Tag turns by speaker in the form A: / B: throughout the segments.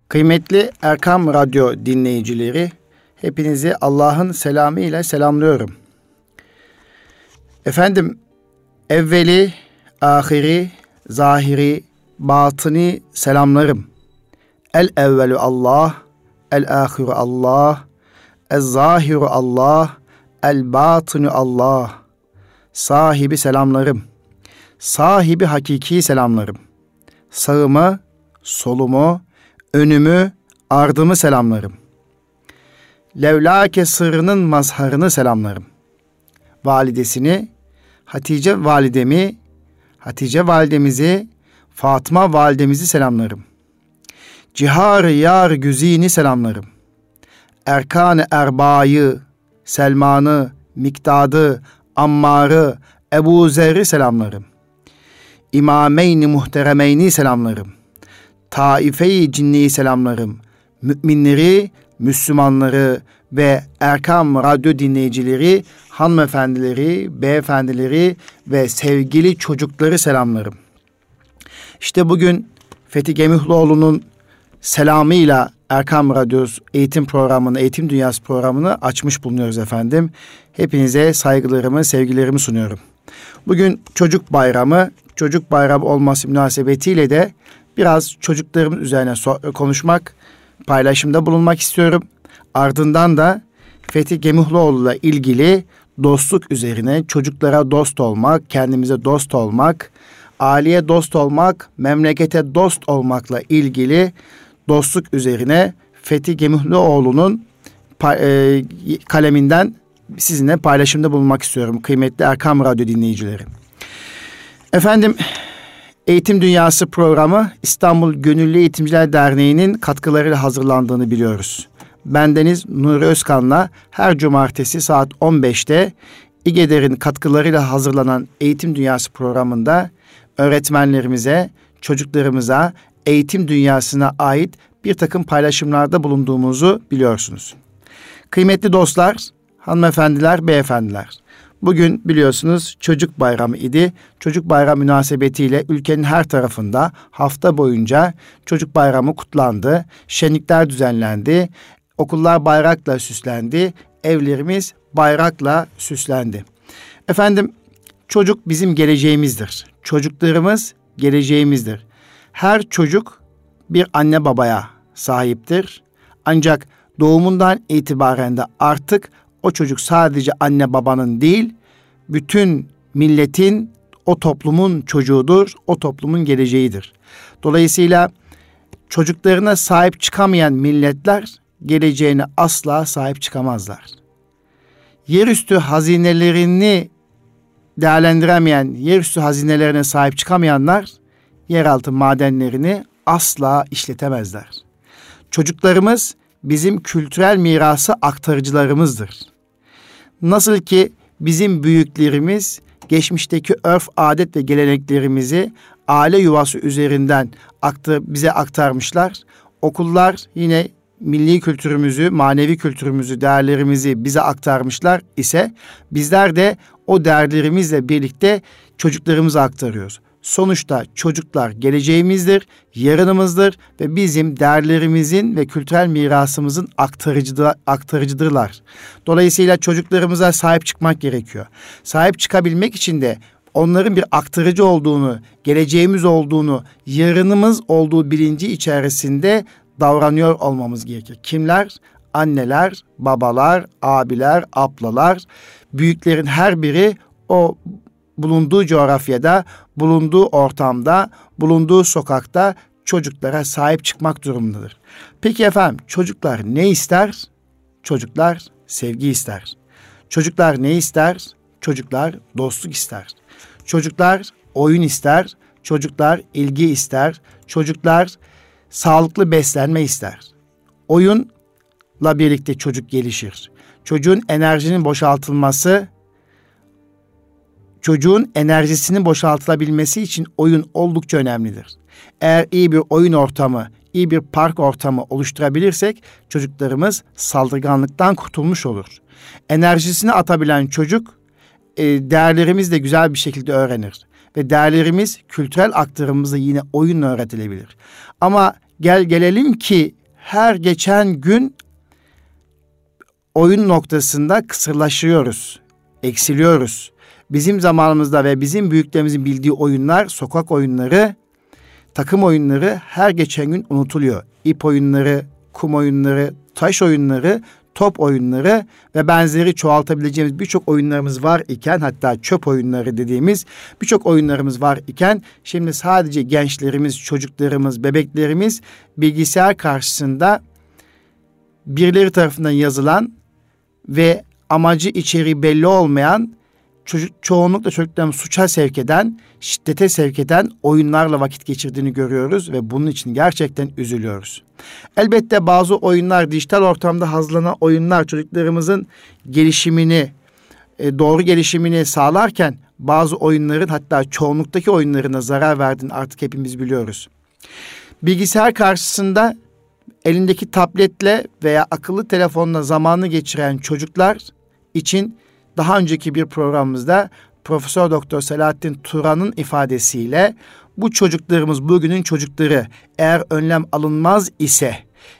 A: Kıymetli Erkam Radyo dinleyicileri, hepinizi Allah'ın selamı ile selamlıyorum. Efendim, evveli, ahiri, zahiri, batini selamlarım. El evvelu Allah, el ahiru Allah, el zahiru Allah, el batinu Allah. Sahibi selamlarım. Sahibi hakiki selamlarım. Sağımı, solumu, önümü, ardımı selamlarım. Levlake sırrının mazharını selamlarım. Validesini, Hatice validemizi, Fatıma validemizi selamlarım. Cihar-ı yar güzini selamlarım. Erkan-ı erbayı, Selman'ı, Mikdad'ı, Ammar'ı, Ebu Zer'i selamlarım. İmameyn-i muhteremeyni selamlarım. Taife-i cinniyi selamlarım. Müminleri, Müslümanları ve Erkam Radyo dinleyicileri, hanımefendileri, beyefendileri ve sevgili çocukları selamlarım. İşte bugün Fethi Gemihloğlu'nun selamıyla Erkam Radyo eğitim programını, Eğitim Dünyası programını açmış bulunuyoruz efendim. Hepinize saygılarımı, sevgilerimi sunuyorum. Bugün çocuk bayramı olması münasebetiyle de biraz çocuklarımız üzerine konuşmak, paylaşımda bulunmak istiyorum. Ardından da Fethi Gemihloğlu'yla ilgili dostluk üzerine, çocuklara dost olmak, kendimize dost olmak, aileye dost olmak, memlekete dost olmakla ilgili dostluk üzerine Fethi Gemihloğlu'nun kaleminden sizinle paylaşımda bulunmak istiyorum kıymetli Erkam Radyo dinleyicileri. Efendim, Eğitim Dünyası programı İstanbul Gönüllü Eğitimciler Derneği'nin katkılarıyla hazırlandığını biliyoruz. Bendeniz Nuri Özkan'la her cumartesi saat 15'te İGEDER'in katkılarıyla hazırlanan Eğitim Dünyası programında öğretmenlerimize, çocuklarımıza, eğitim dünyasına ait bir takım paylaşımlarda bulunduğumuzu biliyorsunuz. Kıymetli dostlar, hanımefendiler, beyefendiler, bugün biliyorsunuz Çocuk Bayramı idi. Çocuk Bayramı münasebetiyle ülkenin her tarafında hafta boyunca Çocuk Bayramı kutlandı. Şenlikler düzenlendi. Okullar bayrakla süslendi. Evlerimiz bayrakla süslendi. Efendim, çocuk bizim geleceğimizdir. Çocuklarımız geleceğimizdir. Her çocuk bir anne babaya sahiptir. Ancak doğumundan itibaren de artık o çocuk sadece anne babanın değil, bütün milletin, o toplumun çocuğudur, o toplumun geleceğidir. Dolayısıyla çocuklarına sahip çıkamayan milletler geleceğine asla sahip çıkamazlar. Yerüstü hazinelerini değerlendiremeyen, yerüstü hazinelerine sahip çıkamayanlar yeraltı madenlerini asla işletemezler. Çocuklarımız bizim kültürel mirası aktarıcılarımızdır. Nasıl ki bizim büyüklerimiz geçmişteki örf, adet ve geleneklerimizi aile yuvası üzerinden bize aktarmışlar. Okullar yine milli kültürümüzü, manevi kültürümüzü, değerlerimizi bize aktarmışlar ise bizler de o değerlerimizle birlikte çocuklarımıza aktarıyoruz. Sonuçta çocuklar geleceğimizdir, yarınımızdır ve bizim değerlerimizin ve kültürel mirasımızın aktarıcıdırlar. Dolayısıyla çocuklarımıza sahip çıkmak gerekiyor. Sahip çıkabilmek için de onların bir aktarıcı olduğunu, geleceğimiz olduğunu, yarınımız olduğu bilinci içerisinde davranıyor olmamız gerekir. Kimler? Anneler, babalar, abiler, ablalar, büyüklerin her biri o bulunduğu coğrafyada, bulunduğu ortamda, bulunduğu sokakta çocuklara sahip çıkmak durumundadır. Peki efendim, çocuklar ne ister? Çocuklar sevgi ister. Çocuklar ne ister? Çocuklar dostluk ister. Çocuklar oyun ister. Çocuklar ilgi ister. Çocuklar sağlıklı beslenme ister. Oyunla birlikte çocuk gelişir. Çocuğun enerjisinin boşaltılabilmesi için oyun oldukça önemlidir. Eğer iyi bir oyun ortamı, iyi bir park ortamı oluşturabilirsek çocuklarımız saldırganlıktan kurtulmuş olur. Enerjisini atabilen çocuk değerlerimizi de güzel bir şekilde öğrenir. Ve değerlerimiz kültürel aktarımımızda yine oyunla öğretilebilir. Ama gelelim ki her geçen gün oyun noktasında kısırlaşıyoruz, eksiliyoruz. Bizim zamanımızda ve bizim büyüklerimizin bildiği oyunlar, sokak oyunları, takım oyunları her geçen gün unutuluyor. İp oyunları, kum oyunları, taş oyunları, top oyunları ve benzeri çoğaltabileceğimiz birçok oyunlarımız var iken, hatta çöp oyunları dediğimiz birçok oyunlarımız var iken, şimdi sadece gençlerimiz, çocuklarımız, bebeklerimiz bilgisayar karşısında birileri tarafından yazılan ve amacı içeriği belli olmayan, çoğunlukla çocuklarımız suça sevk eden, şiddete sevk eden oyunlarla vakit geçirdiğini görüyoruz ve bunun için gerçekten üzülüyoruz. Elbette bazı oyunlar, dijital ortamda hazırlanan oyunlar çocuklarımızın gelişimini, doğru gelişimini sağlarken bazı oyunların, hatta çoğunluktaki oyunlarına zarar verdiğini artık hepimiz biliyoruz. Bilgisayar karşısında elindeki tabletle veya akıllı telefonla zamanını geçiren çocuklar için daha önceki bir programımızda Profesör Doktor Selahattin Turan'ın ifadesiyle bu çocuklarımız, bugünün çocukları, eğer önlem alınmaz ise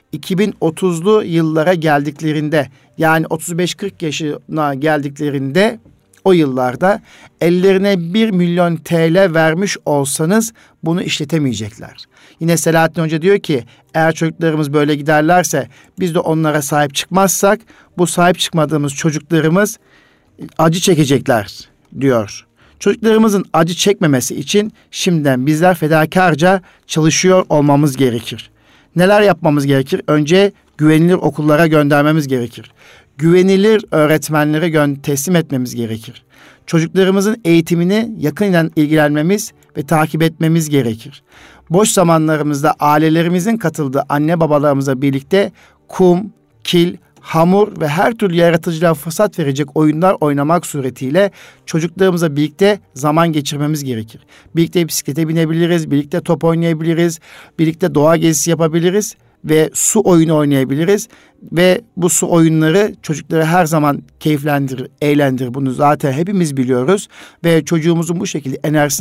A: 2030'lu yıllara geldiklerinde, yani 35-40 yaşına geldiklerinde, o yıllarda ellerine 1 milyon TL vermiş olsanız bunu işletemeyecekler. Yine Selahattin Hoca diyor ki, eğer çocuklarımız böyle giderlerse, biz de onlara sahip çıkmazsak, bu sahip çıkmadığımız çocuklarımız acı çekecekler diyor. Çocuklarımızın acı çekmemesi için şimdiden bizler fedakarca çalışıyor olmamız gerekir. Neler yapmamız gerekir? Önce güvenilir okullara göndermemiz gerekir. Güvenilir öğretmenlere teslim etmemiz gerekir. Çocuklarımızın eğitimini yakından ilgilenmemiz ve takip etmemiz gerekir. Boş zamanlarımızda ailelerimizin katıldığı anne babalarımızla birlikte kum, kil, hamur ve her türlü yaratıcılığa fırsat verecek oyunlar oynamak suretiyle çocuklarımızla birlikte zaman geçirmemiz gerekir. Birlikte bisiklete binebiliriz, birlikte top oynayabiliriz, birlikte doğa gezisi yapabiliriz ve su oyunu oynayabiliriz. Ve bu su oyunları çocukları her zaman keyiflendirir, eğlendirir. Bunu zaten hepimiz biliyoruz ve çocuğumuzun bu şekilde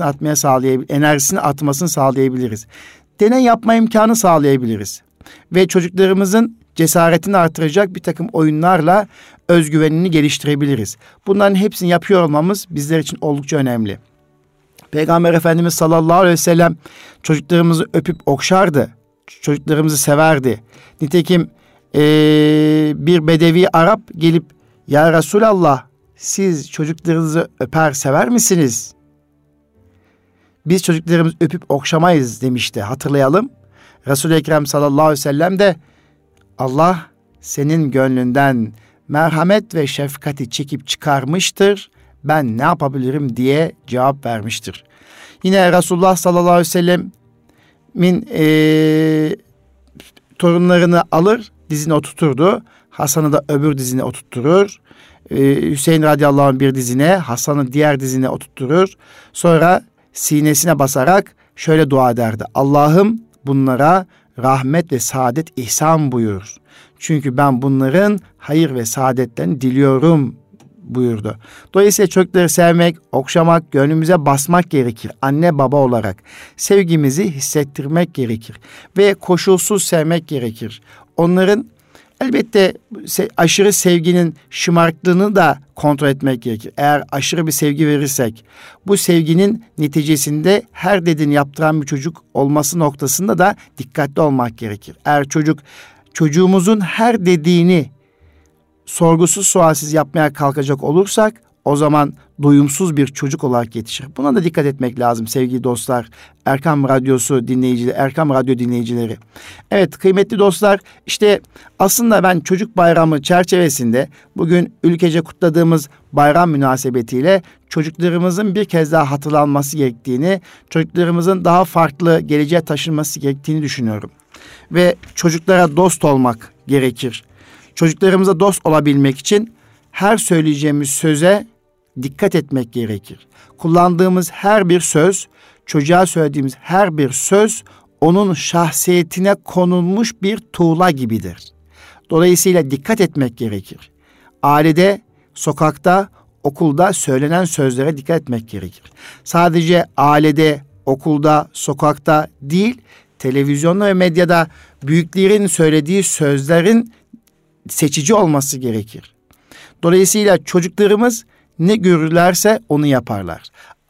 A: enerjisini atmasını sağlayabiliriz. Deney yapma imkanı sağlayabiliriz. Ve çocuklarımızın cesaretini artıracak bir takım oyunlarla özgüvenini geliştirebiliriz. Bunların hepsini yapıyor olmamız bizler için oldukça önemli. Peygamber Efendimiz sallallahu aleyhi ve sellem çocuklarımızı öpüp okşardı. Çocuklarımızı severdi. Nitekim bir Bedevi Arap gelip, "Ya Resulallah, siz çocuklarınızı öper sever misiniz? Biz çocuklarımızı öpüp okşamayız" demişti, hatırlayalım. Resul-i Ekrem sallallahu aleyhi ve sellem de, "Allah senin gönlünden merhamet ve şefkati çekip çıkarmıştır. Ben ne yapabilirim?" diye cevap vermiştir. Yine Resulullah sallallahu aleyhi ve sellem'in torunlarını alır, dizine oturturdu. Hasan'ı da öbür dizine oturtturur. Hüseyin radıyallahu anh bir dizine, Hasan'ı diğer dizine oturtturur. Sonra sinesine basarak şöyle dua ederdi: "Allah'ım bunlara rahmet ve saadet ihsan buyur. Çünkü ben bunların hayır ve saadetlerini diliyorum" buyurdu. Dolayısıyla çocukları sevmek, okşamak, gönlümüze basmak gerekir. Anne baba olarak sevgimizi hissettirmek gerekir. Ve koşulsuz sevmek gerekir. Onların elbette aşırı sevginin şımarıklığını da kontrol etmek gerekir. Eğer aşırı bir sevgi verirsek, bu sevginin neticesinde her dediğini yaptıran bir çocuk olması noktasında da dikkatli olmak gerekir. Eğer çocuğumuzun her dediğini sorgusuz sualsiz yapmaya kalkacak olursak, o zaman doyumsuz bir çocuk olarak yetişir. Buna da dikkat etmek lazım sevgili dostlar, Erkam Radyosu dinleyicileri, Erkam Radyo dinleyicileri. Evet kıymetli dostlar, işte aslında ben Çocuk Bayramı çerçevesinde bugün ülkece kutladığımız bayram münasebetiyle çocuklarımızın bir kez daha hatırlanması gerektiğini, çocuklarımızın daha farklı geleceğe taşınması gerektiğini düşünüyorum. Ve çocuklara dost olmak gerekir. Çocuklarımıza dost olabilmek için her söyleyeceğimiz söze dikkat etmek gerekir. Kullandığımız her bir söz, çocuğa söylediğimiz her bir söz onun şahsiyetine konulmuş bir tuğla gibidir. Dolayısıyla dikkat etmek gerekir. Ailede, sokakta, okulda söylenen sözlere dikkat etmek gerekir. Sadece ailede, okulda, sokakta değil, televizyonda ve medyada büyüklerin söylediği sözlerin seçici olması gerekir. Dolayısıyla çocuklarımız ne görürlerse onu yaparlar.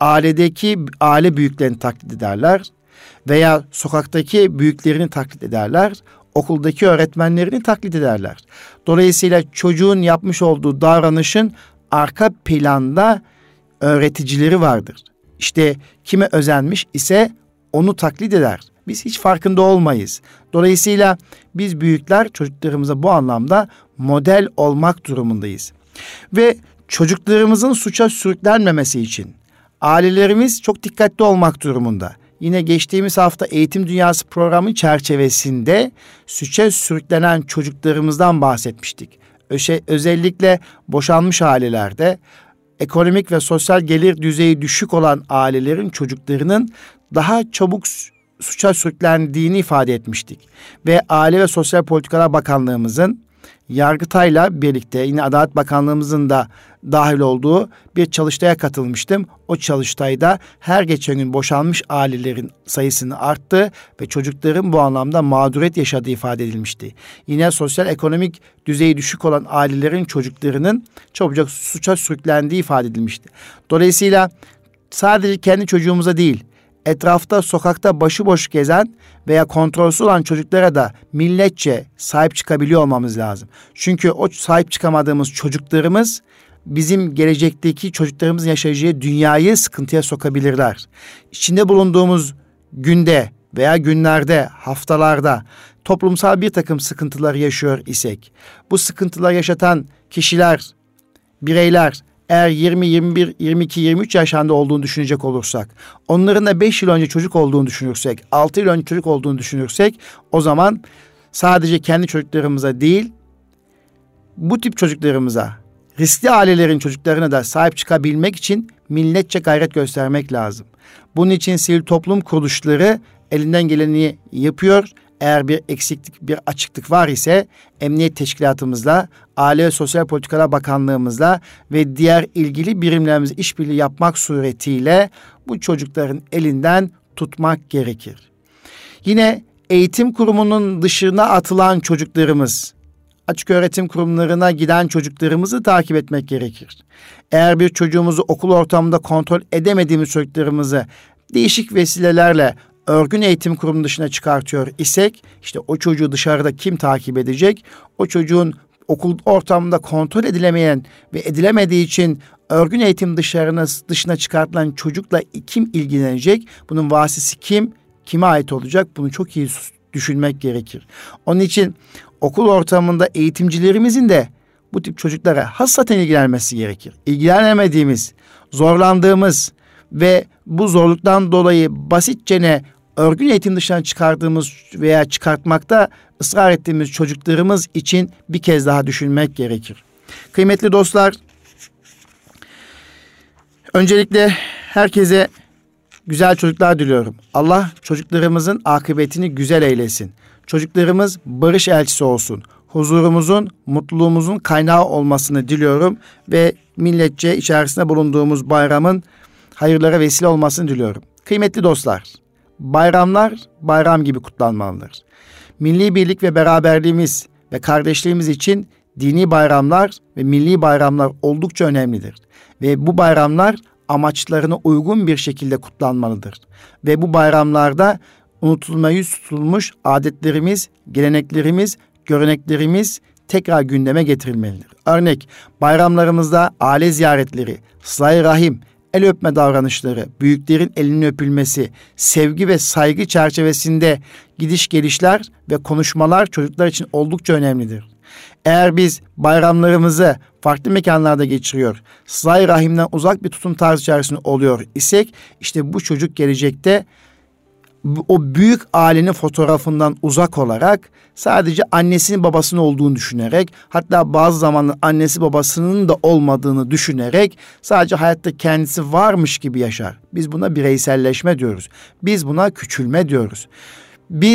A: Aile büyüklerini taklit ederler veya sokaktaki büyüklerini taklit ederler, okuldaki öğretmenlerini taklit ederler. Dolayısıyla çocuğun yapmış olduğu davranışın arka planda öğreticileri vardır. İşte kime özenmiş ise onu taklit eder. Biz hiç farkında olmayız. Dolayısıyla biz büyükler çocuklarımıza bu anlamda model olmak durumundayız. Ve çocuklarımızın suça sürüklenmemesi için ailelerimiz çok dikkatli olmak durumunda. Yine geçtiğimiz hafta Eğitim Dünyası programı çerçevesinde suça sürüklenen çocuklarımızdan bahsetmiştik. Özellikle boşanmış ailelerde ekonomik ve sosyal gelir düzeyi düşük olan ailelerin çocuklarının daha çabuk suça sürüklendiğini ifade etmiştik. Ve Aile ve Sosyal Politikalar Bakanlığımızın Yargıtay'la birlikte yine Adalet Bakanlığımızın da dahil olduğu bir çalıştaya katılmıştım. O çalıştayda her geçen gün boşanmış ailelerin sayısının arttığı ve çocukların bu anlamda mağduriyet yaşadığı ifade edilmişti. Yine sosyal ekonomik düzeyi düşük olan ailelerin çocuklarının çabucak suça sürüklendiği ifade edilmişti. Dolayısıyla sadece kendi çocuğumuza değil, etrafta, sokakta başıboş gezen veya kontrolsüz olan çocuklara da milletçe sahip çıkabiliyor olmamız lazım. Çünkü o sahip çıkamadığımız çocuklarımız bizim gelecekteki çocuklarımızın yaşayacağı dünyayı sıkıntıya sokabilirler. İçinde bulunduğumuz günde veya günlerde, haftalarda toplumsal bir takım sıkıntılar yaşıyor isek, bu sıkıntılar yaşatan kişiler, bireyler eğer 20, 21, 22, 23 yaşlarında olduğunu düşünecek olursak, onların da 5 yıl önce çocuk olduğunu düşünürsek, 6 yıl önce çocuk olduğunu düşünürsek, o zaman sadece kendi çocuklarımıza değil, bu tip çocuklarımıza, riskli ailelerin çocuklarına da sahip çıkabilmek için milletçe gayret göstermek lazım. Bunun için sivil toplum kuruluşları elinden geleni yapıyor. Eğer bir eksiklik, bir açıklık var ise Emniyet Teşkilatımızla, Aile ve Sosyal Politikalar Bakanlığımızla ve diğer ilgili birimlerimizle işbirliği yapmak suretiyle bu çocukların elinden tutmak gerekir. Yine eğitim kurumunun dışına atılan çocuklarımız, açık öğretim kurumlarına giden çocuklarımızı takip etmek gerekir. Eğer bir çocuğumuzu okul ortamında kontrol edemediğimiz çocuklarımızı değişik vesilelerle örgün eğitim kurumu dışına çıkartıyor isek, işte o çocuğu dışarıda kim takip edecek? O çocuğun okul ortamında kontrol edilemeyen ve edilemediği için örgün eğitim dışına çıkartılan çocukla kim ilgilenecek? Bunun vasisi kim? Kime ait olacak? Bunu çok iyi düşünmek gerekir. Onun için okul ortamında eğitimcilerimizin de bu tip çocuklara hassaten ilgilenmesi gerekir. İlgilenemediğimiz, zorlandığımız ve bu zorluktan dolayı basitçe örgün eğitim dışına çıkardığımız veya çıkartmakta ısrar ettiğimiz çocuklarımız için bir kez daha düşünmek gerekir. Kıymetli dostlar, öncelikle herkese güzel çocuklar diliyorum. Allah çocuklarımızın akıbetini güzel eylesin. Çocuklarımız barış elçisi olsun. Huzurumuzun, mutluluğumuzun kaynağı olmasını diliyorum ve milletçe içerisinde bulunduğumuz bayramın hayırlara vesile olmasını diliyorum. Kıymetli dostlar, bayramlar bayram gibi kutlanmalıdır. Milli birlik ve beraberliğimiz ve kardeşliğimiz için dini bayramlar ve milli bayramlar oldukça önemlidir. Ve bu bayramlar amaçlarına uygun bir şekilde kutlanmalıdır. Ve bu bayramlarda unutulmaya yüz tutulmuş adetlerimiz, geleneklerimiz, göreneklerimiz tekrar gündeme getirilmelidir. Örnek, bayramlarımızda aile ziyaretleri, sıla-i rahim, el öpme davranışları, büyüklerin elinin öpülmesi, sevgi ve saygı çerçevesinde gidiş gelişler ve konuşmalar çocuklar için oldukça önemlidir. Eğer biz bayramlarımızı farklı mekanlarda geçiriyor, sıla-i rahimden uzak bir tutum tarzı içerisinde oluyor isek, işte bu çocuk gelecekte o büyük ailenin fotoğrafından uzak olarak sadece annesinin babasının olduğunu düşünerek, hatta bazı zamanlar annesi babasının da olmadığını düşünerek sadece hayatta kendisi varmış gibi yaşar. Biz buna bireyselleşme diyoruz. Biz buna küçülme diyoruz. Biz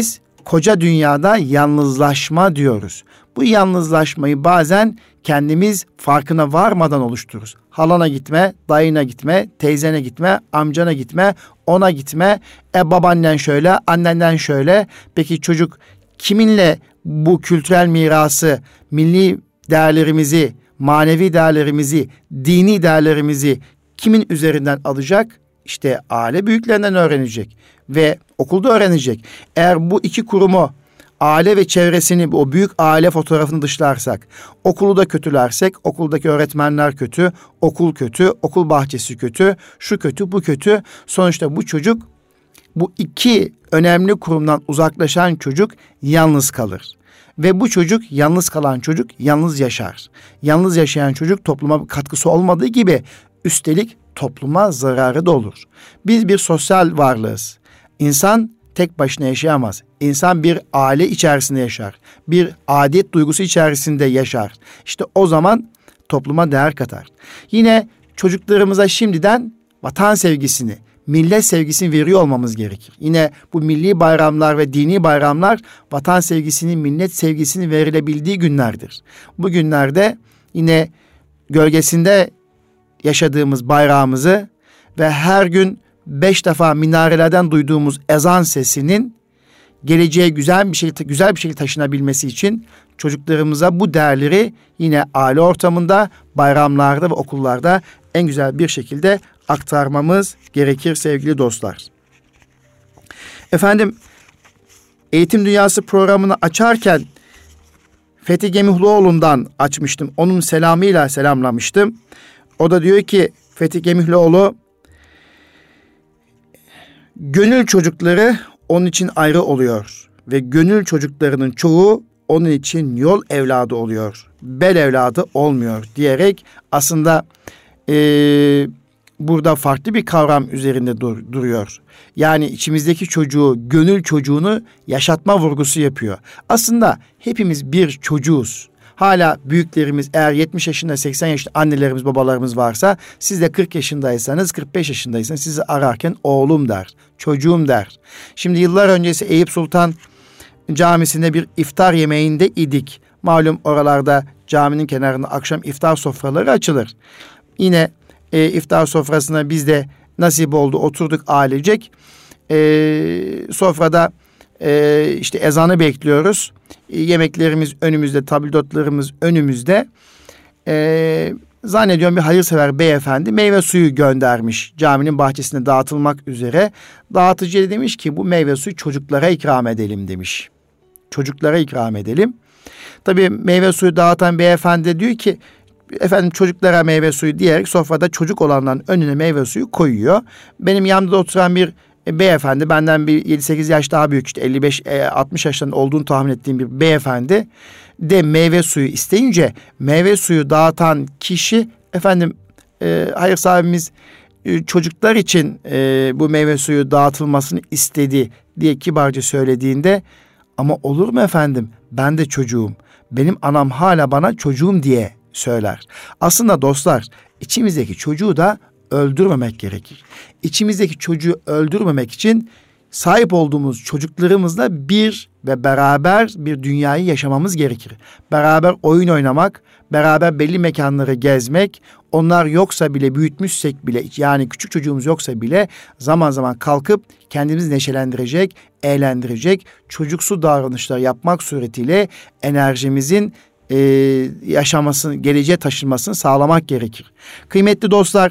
A: koca dünyada yalnızlaşma diyoruz. Bu yalnızlaşmayı bazen kendimiz farkına varmadan oluştururuz. Halana gitme, dayına gitme, teyzene gitme, amcana gitme, ona gitme. Babaannen şöyle, annenden şöyle. Peki çocuk kiminle bu kültürel mirası, milli değerlerimizi, manevi değerlerimizi, dini değerlerimizi kimin üzerinden alacak? İşte aile büyüklerinden öğrenecek ve okulda öğrenecek. Eğer bu iki kurumu, aile ve çevresini, o büyük aile fotoğrafını dışlarsak, okulu da kötülersek, okuldaki öğretmenler kötü, okul kötü, okul bahçesi kötü, şu kötü, bu kötü. Sonuçta bu çocuk, bu iki önemli kurumdan uzaklaşan çocuk yalnız kalır. Ve bu çocuk, yalnız kalan çocuk yalnız yaşar. Yalnız yaşayan çocuk topluma katkısı olmadığı gibi üstelik topluma zararı da olur. Biz bir sosyal varlığız. İnsan tek başına yaşayamaz. İnsan bir aile içerisinde yaşar. Bir aidiyet duygusu içerisinde yaşar. İşte o zaman topluma değer katar. Yine çocuklarımıza şimdiden vatan sevgisini, millet sevgisini veriyor olmamız gerekir. Yine bu milli bayramlar ve dini bayramlar vatan sevgisini, millet sevgisini verilebildiği günlerdir. Bu günlerde yine gölgesinde yaşadığımız bayrağımızı ve her gün 5 defa minarelerden duyduğumuz ezan sesinin geleceğe güzel bir şekilde taşınabilmesi için çocuklarımıza bu değerleri yine aile ortamında, bayramlarda ve okullarda en güzel bir şekilde aktarmamız gerekir sevgili dostlar. Efendim, Eğitim Dünyası programını açarken Fethi Gemihloğlu'ndan açmıştım. Onun selamıyla selamlamıştım. O da diyor ki Fethi Gemihloğlu, gönül çocukları onun için ayrı oluyor ve gönül çocuklarının çoğu onun için yol evladı oluyor, bel evladı olmuyor diyerek aslında burada farklı bir kavram üzerinde duruyor. Yani içimizdeki çocuğu, gönül çocuğunu yaşatma vurgusu yapıyor. Aslında hepimiz bir çocuğuz. Hala büyüklerimiz, eğer 70 yaşında 80 yaşında annelerimiz babalarımız varsa, siz de 40 yaşındaysanız 45 yaşındaysanız sizi ararken oğlum der, çocuğum der. Şimdi yıllar öncesi Eyüp Sultan Camisi'nde bir iftar yemeğinde idik. Malum oralarda caminin kenarında akşam iftar sofraları açılır. Yine iftar sofrasına biz de nasip oldu, oturduk ailecek. Sofrada işte ezanı bekliyoruz. Yemeklerimiz önümüzde, tabldotlarımız önümüzde. Zannediyorum bir hayırsever beyefendi meyve suyu göndermiş caminin bahçesine dağıtılmak üzere. Dağıtıcı demiş ki bu meyve suyu çocuklara ikram edelim demiş. Çocuklara ikram edelim. Tabii meyve suyu dağıtan beyefendi diyor ki efendim çocuklara meyve suyu diyerek sofrada çocuk olanların önüne meyve suyu koyuyor. Benim yanımda oturan bir beyefendi, benden bir 7-8 yaş daha büyük, işte 55-60 yaşlarında olduğunu tahmin ettiğim bir beyefendi de meyve suyu isteyince meyve suyu dağıtan kişi efendim hayır sahibimiz çocuklar için bu meyve suyu dağıtılmasını istedi diye kibarca söylediğinde, ama olur mu efendim, ben de çocuğum, benim anam hala bana çocuğum diye söyler. Aslında dostlar, içimizdeki çocuğu da öldürmemek gerekir. İçimizdeki çocuğu öldürmemek için sahip olduğumuz çocuklarımızla bir ve beraber bir dünyayı yaşamamız gerekir. Beraber oyun oynamak, beraber belli mekanları gezmek, onlar yoksa bile, büyütmüşsek bile, yani küçük çocuğumuz yoksa bile zaman zaman kalkıp kendimizi neşelendirecek, eğlendirecek, çocuksu davranışlar yapmak suretiyle enerjimizin yaşamasını, geleceğe taşınmasını sağlamak gerekir. Kıymetli dostlar,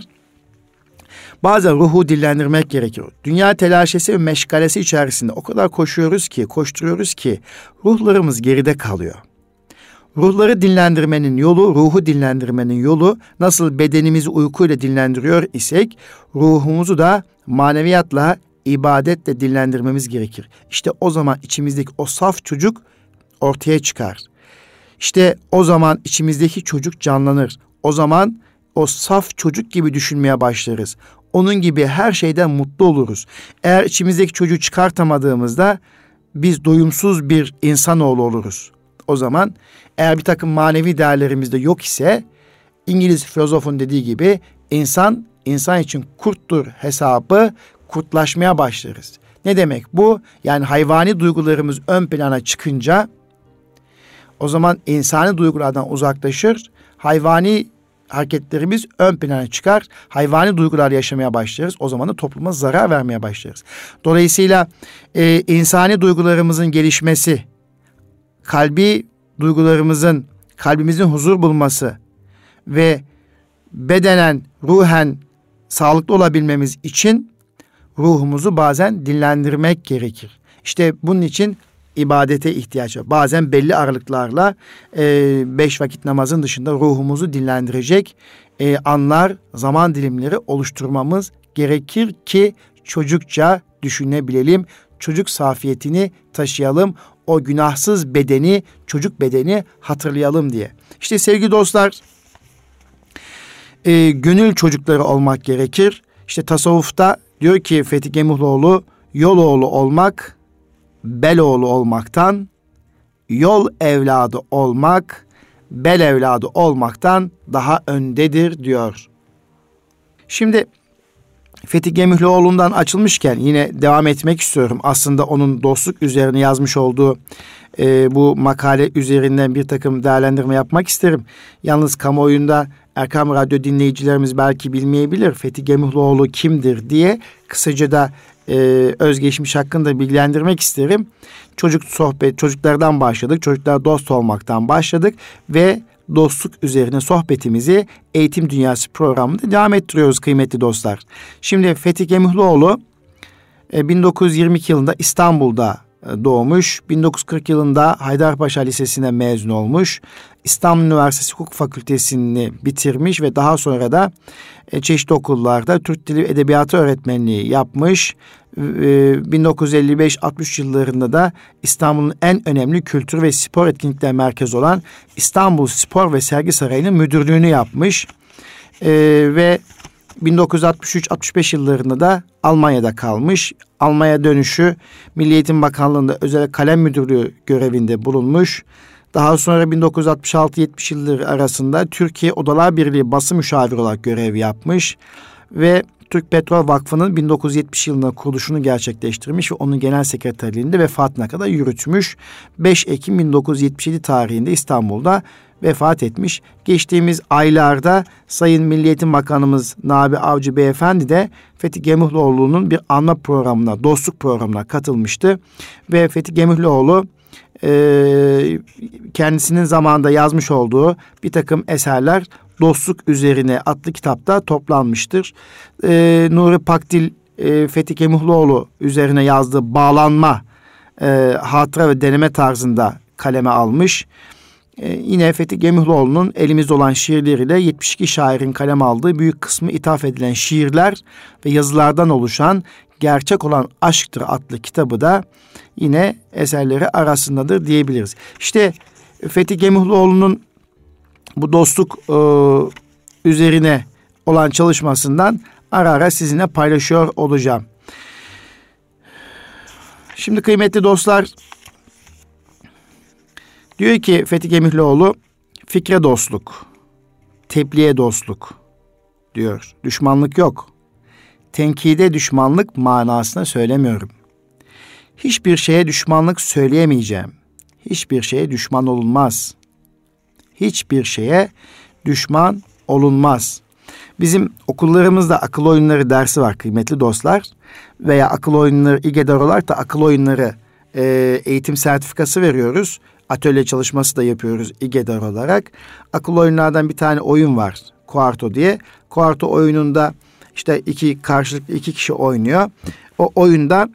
A: bazen ruhu dillendirmek gerekiyor. Dünya telaşesi ve meşgalesi içerisinde o kadar koşturuyoruz ki ruhlarımız geride kalıyor. Ruhları dinlendirmenin yolu, ruhu dinlendirmenin yolu, nasıl bedenimizi uykuyla dinlendiriyor isek, ruhumuzu da maneviyatla, ibadetle dinlendirmemiz gerekir. İşte o zaman içimizdeki o saf çocuk ortaya çıkar. İşte o zaman içimizdeki çocuk canlanır. O zaman o saf çocuk gibi düşünmeye başlarız. Onun gibi her şeyden mutlu oluruz. Eğer içimizdeki çocuğu çıkartamadığımızda biz doyumsuz bir insanoğlu oluruz. O zaman eğer bir takım manevi değerlerimiz de yok ise, İngiliz filozofun dediği gibi insan için kurttur hesabı, kurtlaşmaya başlarız. Ne demek bu? Yani hayvani duygularımız ön plana çıkınca o zaman insani duygulardan uzaklaşır. Hayvani hareketlerimiz ön plana çıkar. Hayvani duygular yaşamaya başlarız. O zaman da topluma zarar vermeye başlarız. Dolayısıyla insani duygularımızın gelişmesi, kalbi duygularımızın, kalbimizin huzur bulması ve bedenen, ruhen sağlıklı olabilmemiz için ruhumuzu bazen dinlendirmek gerekir. İşte bunun için ibadete ihtiyaç var. Bazen belli aralıklarla 5 vakit namazın dışında ruhumuzu dinlendirecek anlar, zaman dilimleri oluşturmamız gerekir ki çocukça düşünebilelim. Çocuk safiyetini taşıyalım. O günahsız bedeni, çocuk bedeni hatırlayalım diye. İşte sevgili dostlar, gönül çocukları olmak gerekir. İşte tasavvufta diyor ki Fethi Gemuhluoğlu, yol oğlu olmak, bel oğlu olmaktan, yol evladı olmak, bel evladı olmaktan daha öndedir diyor. Şimdi Fethi Gemuhluoğlu'ndan açılmışken yine devam etmek istiyorum. Aslında onun dostluk üzerine yazmış olduğu bu makale üzerinden bir takım değerlendirme yapmak isterim. Yalnız kamuoyunda Erkam Radyo dinleyicilerimiz belki bilmeyebilir. Fethi Gemuhluoğlu kimdir diye kısaca da özgeçmiş hakkında bilgilendirmek isterim. Çocuklardan başladık. Çocuklar dost olmaktan başladık ve dostluk üzerine sohbetimizi Eğitim Dünyası programında devam ettiriyoruz kıymetli dostlar. Şimdi Fethi Gemuhluoğlu 1922 yılında İstanbul'da doğmuş. 1940 yılında Haydarpaşa Lisesi'ne mezun olmuş. İstanbul Üniversitesi Hukuk Fakültesini bitirmiş ve daha sonra da çeşitli okullarda Türk Dili Edebiyatı öğretmenliği yapmış. 1955-60 yıllarında da İstanbul'un en önemli kültür ve spor etkinlikler merkezi olan İstanbul Spor ve Sergi Sarayı'nın müdürlüğünü yapmış. Ve 1963-65 yıllarında da Almanya'da kalmış. Almanya dönüşü Milli Eğitim Bakanlığı'nda özel kalem müdürlüğü görevinde bulunmuş. Daha sonra 1966-70 yılları arasında Türkiye Odalar Birliği basın müşaviri olarak görev yapmış ve Türk Petrol Vakfı'nın 1970 yılında kuruluşunu gerçekleştirmiş ve onun genel sekreterliğinde vefatına kadar yürütmüş. 5 Ekim 1977 tarihinde İstanbul'da vefat etmiş. Geçtiğimiz aylarda Sayın Milli Eğitim Bakanımız Nabi Avcı Beyefendi de Fethi Gemuhluoğlu'nun bir anma programına, dostluk programına katılmıştı. Ve Fethi Gemuhluoğlu kendisinin zamanında yazmış olduğu bir takım eserler Dostluk Üzerine adlı kitapta toplanmıştır. Nuri Pakdil Fethi Gemuhluoğlu üzerine yazdığı Bağlanma hatıra ve deneme tarzında kaleme almış. Yine Fethi Gemuhluoğlu'nun elimizde olan şiirleriyle 72 şairin kaleme aldığı büyük kısmı ithaf edilen şiirler ve yazılardan oluşan Gerçek Olan Aşktır adlı kitabı da yine eserleri arasındadır diyebiliriz. İşte Fethi Gemuhluoğlu'nun bu dostluk üzerine olan çalışmasından ara ara sizinle paylaşıyor olacağım. Şimdi kıymetli dostlar, diyor ki Fethi Gemuhluoğlu, fikre dostluk, tebliğe dostluk diyor. Düşmanlık yok. Tenkide düşmanlık manasına söylemiyorum. Hiçbir şeye düşmanlık söyleyemeyeceğim. Hiçbir şeye düşman olunmaz. Hiçbir şeye düşman olunmaz. Bizim okullarımızda akıl oyunları dersi var kıymetli dostlar. Veya akıl oyunları İGEDAR olarak da akıl oyunları eğitim sertifikası veriyoruz. Atölye çalışması da yapıyoruz İGEDAR olarak. Akıl oyunlardan bir tane oyun var. Kuarto diye. Kuarto oyununda işte karşılıklı iki kişi oynuyor. O oyunda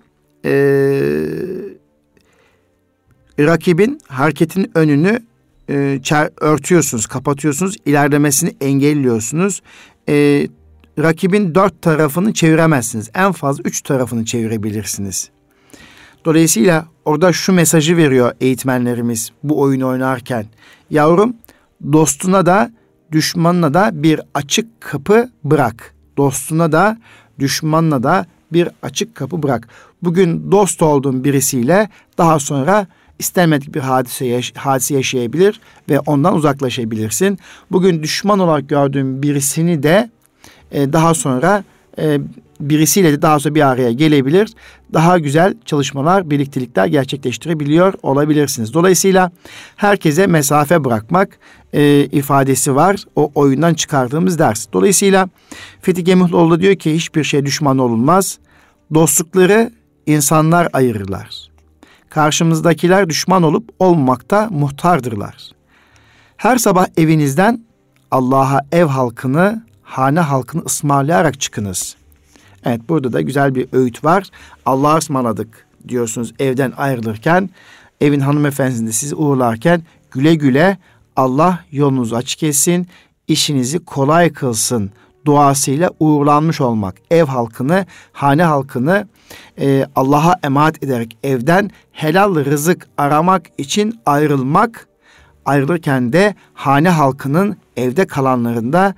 A: rakibin hareketin önünü örtüyorsunuz, kapatıyorsunuz, ilerlemesini engelliyorsunuz. Rakibin 4 tarafını çeviremezsiniz. En fazla 3 tarafını çevirebilirsiniz. Dolayısıyla orada şu mesajı veriyor eğitmenlerimiz bu oyunu oynarken. Yavrum, dostuna da düşmanına da bir açık kapı bırak. Dostuna da düşmanına da bir açık kapı bırak. Bugün dost olduğun birisiyle daha sonra istenmedik bir hadise yaşayabilir ve ondan uzaklaşabilirsin. Bugün düşman olarak gördüğün birisini de daha sonra birisiyle de daha sonra bir araya gelebilir. Daha güzel çalışmalar, birliktelikler gerçekleştirebiliyor olabilirsiniz. Dolayısıyla herkese mesafe bırakmak ifadesi var. O oyundan çıkardığımız ders. Dolayısıyla Fethi Gemuhluoğlu diyor ki hiçbir şey düşman olunmaz. Dostlukları insanlar ayırırlar. Karşımızdakiler düşman olup olmamakta muhtardırlar. Her sabah evinizden Allah'a ev halkını, hane halkını ısmarlayarak çıkınız. Evet, burada da güzel bir öğüt var. Allah'a ısmarladık diyorsunuz evden ayrılırken, evin hanımefendisi de sizi uğurlarken güle güle, Allah yolunuzu açık etsin, işinizi kolay kılsın duasıyla uğurlanmış olmak. Ev halkını, hane halkını Allah'a emanet ederek evden helal rızık aramak için ayrılmak, ayrılırken de hane halkının evde kalanlarında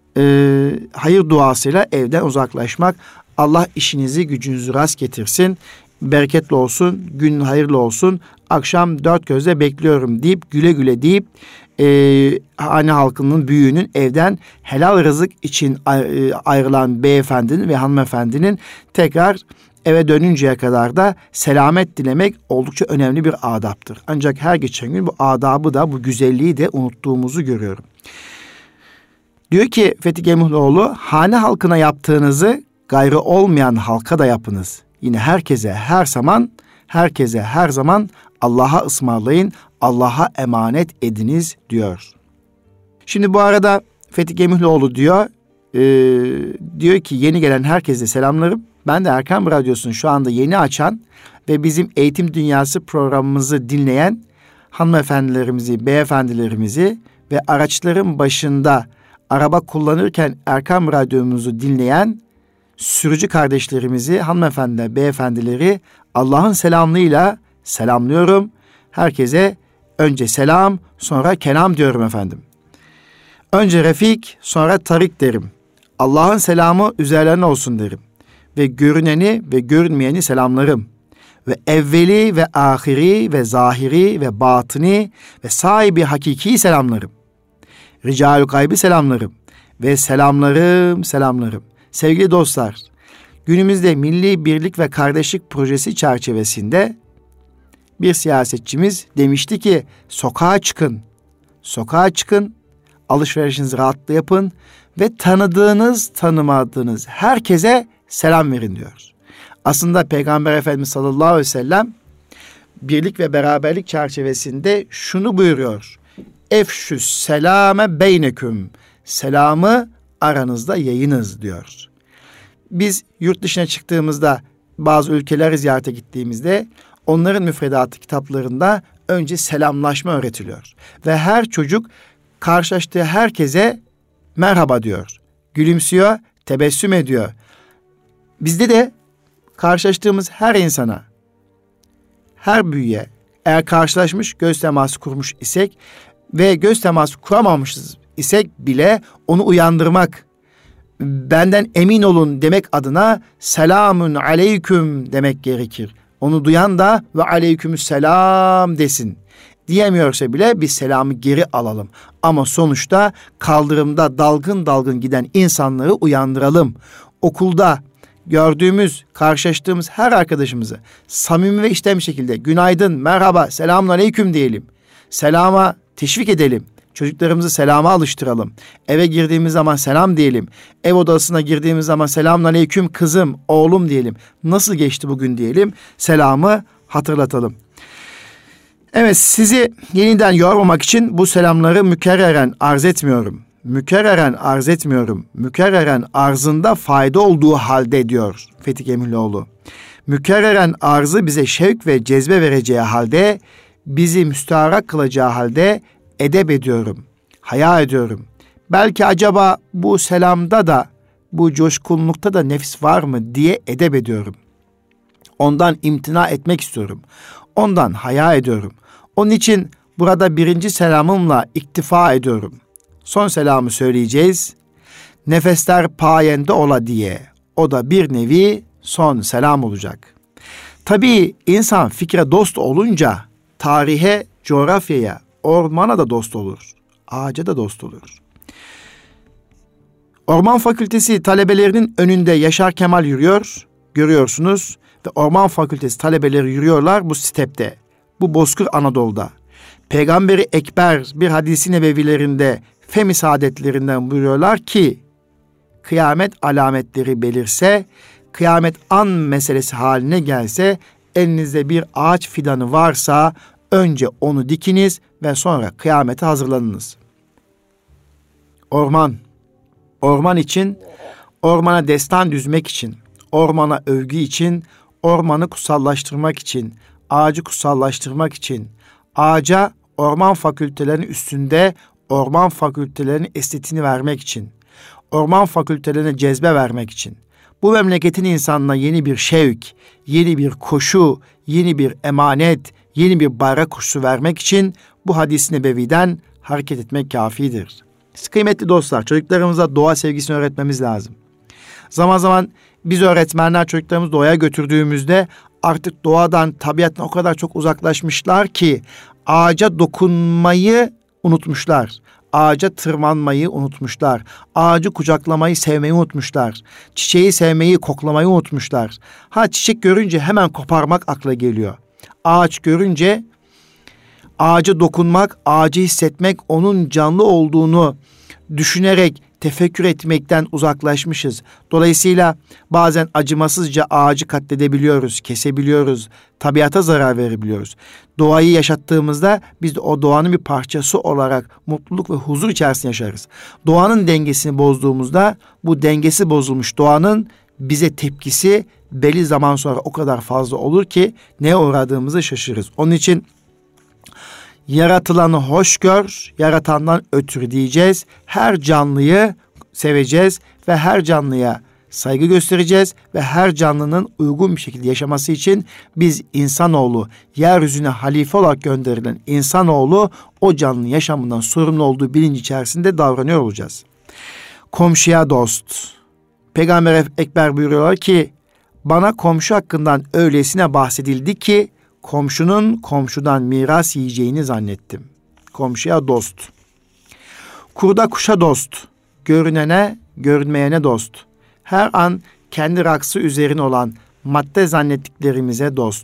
A: hayır duasıyla evden uzaklaşmak. Allah işinizi gücünüzü rast getirsin, bereketli olsun, gün hayırlı olsun, akşam dört gözle bekliyorum deyip güle güle deyip hane halkının büyüğünün evden helal rızık için ayrılan beyefendinin ve hanımefendinin tekrar eve dönünceye kadar da selamet dilemek oldukça önemli bir adaptır. Ancak her geçen gün bu adabı da, bu güzelliği de unuttuğumuzu görüyorum. Diyor ki Fethi Gemuhluoğlu, hane halkına yaptığınızı gayrı olmayan halka da yapınız. Yine herkese her zaman Allah'a ısmarlayın, Allah'a emanet ediniz diyor. Şimdi bu arada Fethi Gemuhluoğlu diyor ki yeni gelen herkese selamlarım. Ben de Erkam Radyosu'nu şu anda yeni açan ve bizim Eğitim Dünyası programımızı dinleyen hanımefendilerimizi, beyefendilerimizi ve araçların başında araba kullanırken Erkam Radyomuzu dinleyen sürücü kardeşlerimizi, hanımefendiler, beyefendileri Allah'ın selamlığıyla selamlıyorum. Herkese önce selam, sonra kelam diyorum efendim. Önce Refik, sonra Tarik derim. Allah'ın selamı üzerlerine olsun derim. Ve görüneni ve görünmeyeni selamlarım. Ve evveli ve ahiri ve zahiri ve batini ve sahibi hakiki selamlarım. Rical-ü gaybi selamlarım. Ve selamlarım. Sevgili dostlar, günümüzde Milli Birlik ve Kardeşlik Projesi çerçevesinde bir siyasetçimiz demişti ki sokağa çıkın, alışverişinizi rahatla yapın ve tanıdığınız, tanımadığınız herkese selam verin diyor. Aslında Peygamber Efendimiz sallallahu aleyhi ve sellem birlik ve beraberlik çerçevesinde şunu buyuruyor. Efşüs selame beyneküm. Selamı aranızda yayınız diyor. Biz yurt dışına çıktığımızda, bazı ülkeleri ziyarete gittiğimizde onların müfredatı kitaplarında önce selamlaşma öğretiliyor. Ve her çocuk karşılaştığı herkese merhaba diyor. Gülümsüyor, tebessüm ediyor. Bizde de karşılaştığımız her insana, her büyüğe eğer karşılaşmış, göz teması kurmuş isek ve göz teması kuramamışız isek bile onu uyandırmak, benden emin olun demek adına selamun aleyküm demek gerekir. Onu duyan da ve aleykümselam desin. Diyemiyorsa bile biz selamı geri alalım. Ama sonuçta kaldırımda dalgın dalgın giden insanları uyandıralım. Okulda gördüğümüz, karşılaştığımız her arkadaşımızı samimi ve içten bir şekilde günaydın, merhaba, selamun aleyküm diyelim. Selama teşvik edelim. Çocuklarımızı selama alıştıralım. Eve girdiğimiz zaman selam diyelim. Ev odasına girdiğimiz zaman selamun aleyküm kızım, oğlum diyelim. Nasıl geçti bugün diyelim. Selamı hatırlatalım. Evet, sizi yeniden yormamak için bu selamları mükerreren arz etmiyorum. Mükerreren arzında fayda olduğu halde diyor Fethi Gemuhluoğlu. Mükerreren arzı bize şevk ve cezbe vereceği halde, bizi müstaharak kılacağı halde edep ediyorum, haya ediyorum. Belki acaba bu selamda da, bu coşkunlukta da nefis var mı diye edep ediyorum. Ondan imtina etmek istiyorum. Ondan haya ediyorum. Onun için burada birinci selamımla iktifa ediyorum. Son selamı söyleyeceğiz. Nefesler payende ola diye. O da bir nevi son selam olacak. Tabii insan fikre dost olunca tarihe, coğrafyaya, ormana da dost olur. Ağaca da dost olur. Orman Fakültesi talebelerinin önünde Yaşar Kemal yürüyor, görüyorsunuz. Ve Orman Fakültesi talebeleri yürüyorlar bu stepte, bu Bozkır Anadolu'da. Peygamberi Ekber bir hadis-i nebevilerinde Fem-i Saadetlerinden buyuruyorlar ki, kıyamet alametleri belirse, kıyamet an meselesi haline gelse, elinizde bir ağaç fidanı varsa önce onu dikiniz ve sonra kıyamete hazırlanınız. Orman için, ormana destan düzmek için, ormana övgü için, ormanı kutsallaştırmak için, ağacı kutsallaştırmak için, ağaca orman fakültelerinin üstünde orman fakültelerinin estetiğini vermek için, orman fakültelerine cezbe vermek için, bu memleketin insanına yeni bir şevk, yeni bir koşu, yeni bir emanet, yeni bir bayrak koşusu vermek için bu hadis-i nebeviden hareket etmek kafidir. Kıymetli dostlar, çocuklarımıza doğa sevgisini öğretmemiz lazım. Zaman zaman biz öğretmenler çocuklarımızı doğaya götürdüğümüzde artık doğadan, tabiattan o kadar çok uzaklaşmışlar ki ağaca dokunmayı unutmuşlar. Ağaca tırmanmayı unutmuşlar. Ağacı kucaklamayı, sevmeyi unutmuşlar. Çiçeği sevmeyi, koklamayı unutmuşlar. Çiçek görünce hemen koparmak akla geliyor. Ağaç görünce ağaca dokunmak, ağacı hissetmek, onun canlı olduğunu düşünerek tefekkür etmekten uzaklaşmışız. Dolayısıyla bazen acımasızca ağacı katledebiliyoruz, kesebiliyoruz, tabiata zarar verebiliyoruz. Doğayı yaşattığımızda biz de o doğanın bir parçası olarak mutluluk ve huzur içerisinde yaşarız. Doğanın dengesini bozduğumuzda bu dengesi bozulmuş doğanın bize tepkisi belli zaman sonra o kadar fazla olur ki neye uğradığımızı şaşırırız. Onun için yaratılanı hoş gör, yaratandan ötürü diyeceğiz. Her canlıyı seveceğiz ve her canlıya saygı göstereceğiz ve her canlının uygun bir şekilde yaşaması için biz insanoğlu, yeryüzüne halife olarak gönderilen insanoğlu o canlının yaşamından sorumlu olduğu bilinci içerisinde davranıyor olacağız. Komşuya dost. Peygamber Ekber buyuruyorlar ki, bana komşu hakkından öylesine bahsedildi ki komşunun komşudan miras yiyeceğini zannettim. Komşuya dost. Kurda kuşa dost. Görünene, görünmeyene dost. Her an kendi raksı üzerine olan madde zannettiklerimize dost.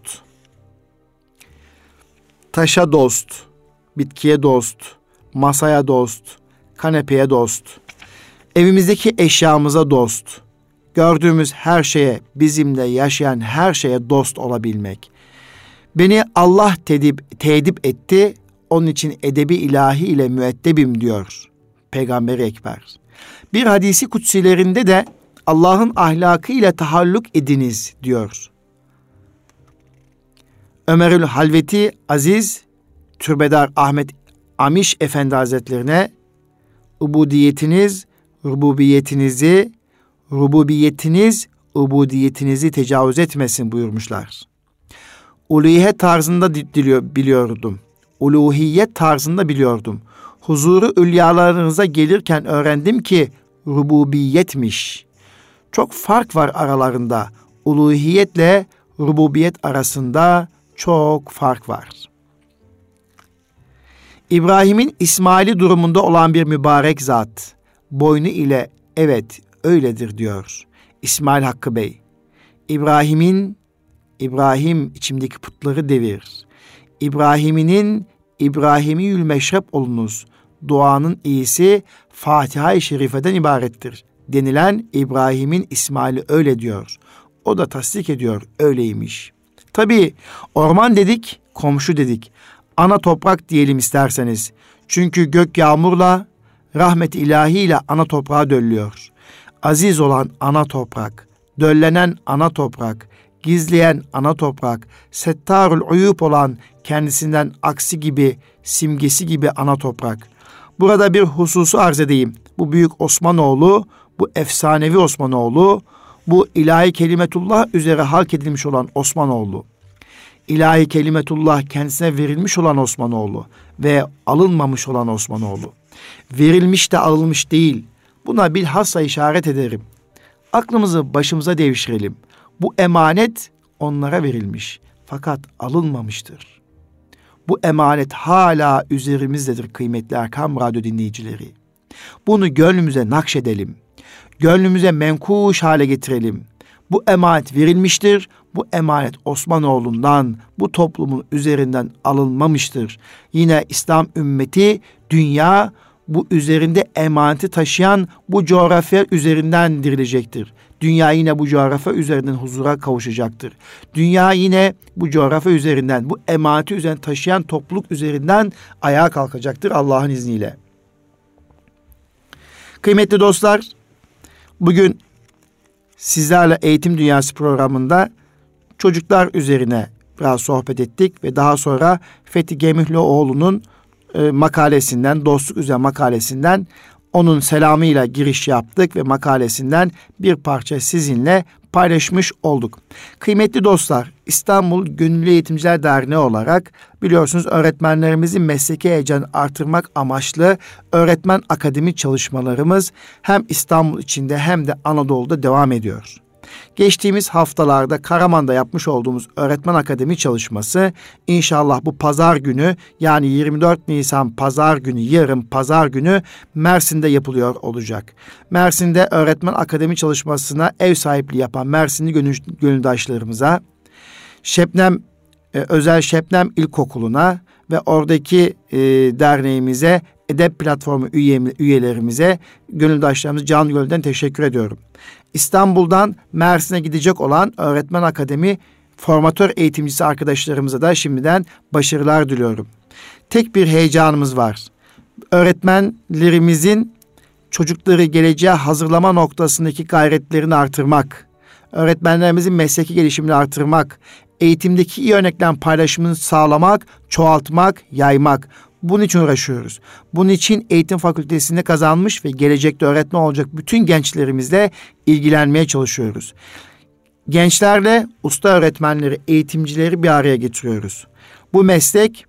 A: Taşa dost. Bitkiye dost. Masaya dost. Kanepeye dost. Evimizdeki eşyamıza dost. Gördüğümüz her şeye, bizimle yaşayan her şeye dost olabilmek. Beni Allah tedip etti, onun için edebi ilahi ile müeddebim diyor Peygamber Ekber. Bir hadisi kutsilerinde de Allah'ın ahlakı ile tahalluk ediniz diyor. Ömerül Halveti Aziz, Türbedar Ahmet Amiş Efendi Hazretlerine ubudiyetiniz, ubudiyetinizi tecavüz etmesin buyurmuşlar. Uluhiyet tarzında biliyordum. Huzuru ülyalarınıza gelirken öğrendim ki rububiyetmiş. Çok fark var aralarında. Uluhiyetle rububiyet arasında çok fark var. İbrahim'in İsmail'i durumunda olan bir mübarek zat, boynu ile evet öyledir diyor İsmail Hakkı Bey. İbrahim içimdeki putları devir. İbrahimiyül meşrep olunuz. Duanın iyisi Fatiha-i Şerife'den ibarettir denilen İbrahim'in İsmail'i öyle diyor. O da tasdik ediyor, öyleymiş. Tabii orman dedik, komşu dedik. Ana toprak diyelim isterseniz. Çünkü gök yağmurla, rahmet-i ilahiyle ana toprağa döllüyor. Aziz olan ana toprak, döllenen ana toprak, gizleyen ana toprak, settarul uyup olan kendisinden aksi gibi, simgesi gibi ana toprak. Burada bir hususu arz edeyim. Bu büyük Osmanoğlu, bu efsanevi Osmanoğlu, bu ilahi kelimetullah üzere halk edilmiş olan Osmanoğlu. İlahi kelimetullah kendisine verilmiş olan Osmanoğlu ve alınmamış olan Osmanoğlu. Verilmiş de alınmış değil. Buna bilhassa işaret ederim. Aklımızı başımıza devşirelim. Bu emanet onlara verilmiş fakat alınmamıştır. Bu emanet hala üzerimizdedir kıymetli Erkam Radyo dinleyicileri. Bunu gönlümüze nakşedelim. gönlümüze menkuş hale getirelim. Bu emanet verilmiştir. Bu emanet Osmanoğlu'ndan, bu toplumun üzerinden alınmamıştır. Yine İslam ümmeti, dünya bu üzerinde emaneti taşıyan bu coğrafya üzerinden dirilecektir. Dünya yine bu coğrafya üzerinden huzura kavuşacaktır. Dünya yine bu coğrafya üzerinden, bu emaneti üzerinden taşıyan topluluk üzerinden ayağa kalkacaktır Allah'ın izniyle. Kıymetli dostlar, bugün sizlerle Eğitim Dünyası programında çocuklar üzerine biraz sohbet ettik ve daha sonra Fethi Gemihloğlu'nun makalesinden, dostluk üzerine makalesinden onun selamıyla giriş yaptık ve makalesinden bir parça sizinle paylaşmış olduk. Kıymetli dostlar, İstanbul Gönüllü Eğitimciler Derneği olarak biliyorsunuz öğretmenlerimizin mesleki heyecanı artırmak amaçlı öğretmen akademi çalışmalarımız hem İstanbul içinde hem de Anadolu'da devam ediyor. Geçtiğimiz haftalarda Karaman'da yapmış olduğumuz öğretmen akademi çalışması inşallah bu pazar günü, yani 24 Nisan pazar günü, yarın pazar günü Mersin'de yapılıyor olacak. Mersin'de öğretmen akademi çalışmasına ev sahipliği yapan Mersinli gönüldaşlarımıza, Özel Şebnem İlkokulu'na ve oradaki derneğimize, Edep Platformu üyelerimize, gönüldaşlarımız canı gönülden teşekkür ediyorum. İstanbul'dan Mersin'e gidecek olan öğretmen akademi formatör eğitimcisi arkadaşlarımıza da şimdiden başarılar diliyorum. Tek bir heyecanımız var. Öğretmenlerimizin çocukları geleceğe hazırlama noktasındaki gayretlerini artırmak, öğretmenlerimizin mesleki gelişimini artırmak, eğitimdeki iyi örneklerin paylaşımını sağlamak, çoğaltmak, yaymak. Bunun için uğraşıyoruz. Bunun için eğitim fakültesinde kazanmış ve gelecekte öğretmen olacak bütün gençlerimizle ilgilenmeye çalışıyoruz. Gençlerle usta öğretmenleri, eğitimcileri bir araya getiriyoruz. Bu meslek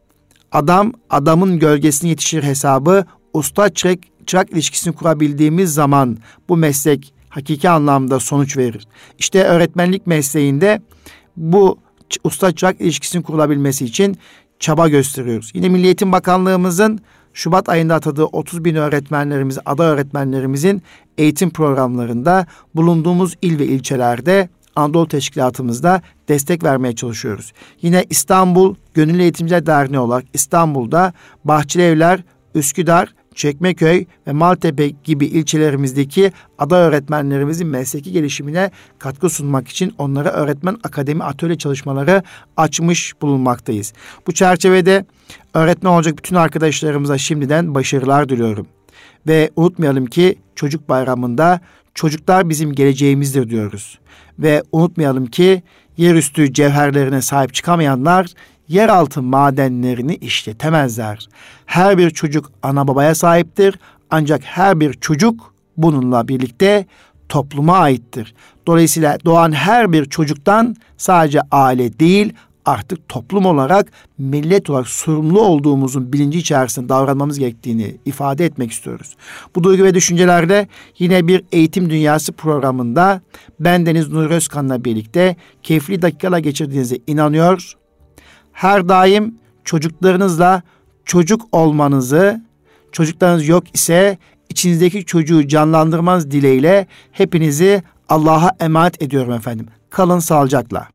A: adamın gölgesine yetişir hesabı, usta çırak ilişkisini kurabildiğimiz zaman bu meslek hakiki anlamda sonuç verir. İşte öğretmenlik mesleğinde bu usta çırak ilişkisinin kurulabilmesi için çaba gösteriyoruz. Yine Milli Eğitim Bakanlığımızın Şubat ayında atadığı 30.000 öğretmenlerimiz, aday öğretmenlerimizin eğitim programlarında bulunduğumuz il ve ilçelerde Anadolu Teşkilatımızda destek vermeye çalışıyoruz. Yine İstanbul Gönüllü Eğitimciler Derneği olarak İstanbul'da Bahçelievler, Üsküdar, Çekmeköy ve Maltepe gibi ilçelerimizdeki aday öğretmenlerimizin mesleki gelişimine katkı sunmak için onlara öğretmen akademi atölye çalışmaları açmış bulunmaktayız. Bu çerçevede öğretmen olacak bütün arkadaşlarımıza şimdiden başarılar diliyorum. Ve unutmayalım ki Çocuk Bayramı'nda çocuklar bizim geleceğimizdir diyoruz. Ve unutmayalım ki yerüstü cevherlerine sahip çıkamayanlar yeraltı madenlerini işletemezler. Her bir çocuk ana babaya sahiptir. Ancak her bir çocuk bununla birlikte topluma aittir. Dolayısıyla doğan her bir çocuktan sadece aile değil, artık toplum olarak, millet olarak sorumlu olduğumuzun bilinci içerisinde davranmamız gerektiğini ifade etmek istiyoruz. Bu duygu ve düşüncelerde yine bir Eğitim Dünyası programında bendeniz Nuri Özkan'la birlikte keyifli dakikalar geçirdiğinize inanıyor. Her daim çocuklarınızla çocuk olmanızı, çocuklarınız yok ise içinizdeki çocuğu canlandırmanız dileğiyle hepinizi Allah'a emanet ediyorum efendim. Kalın sağlıcakla.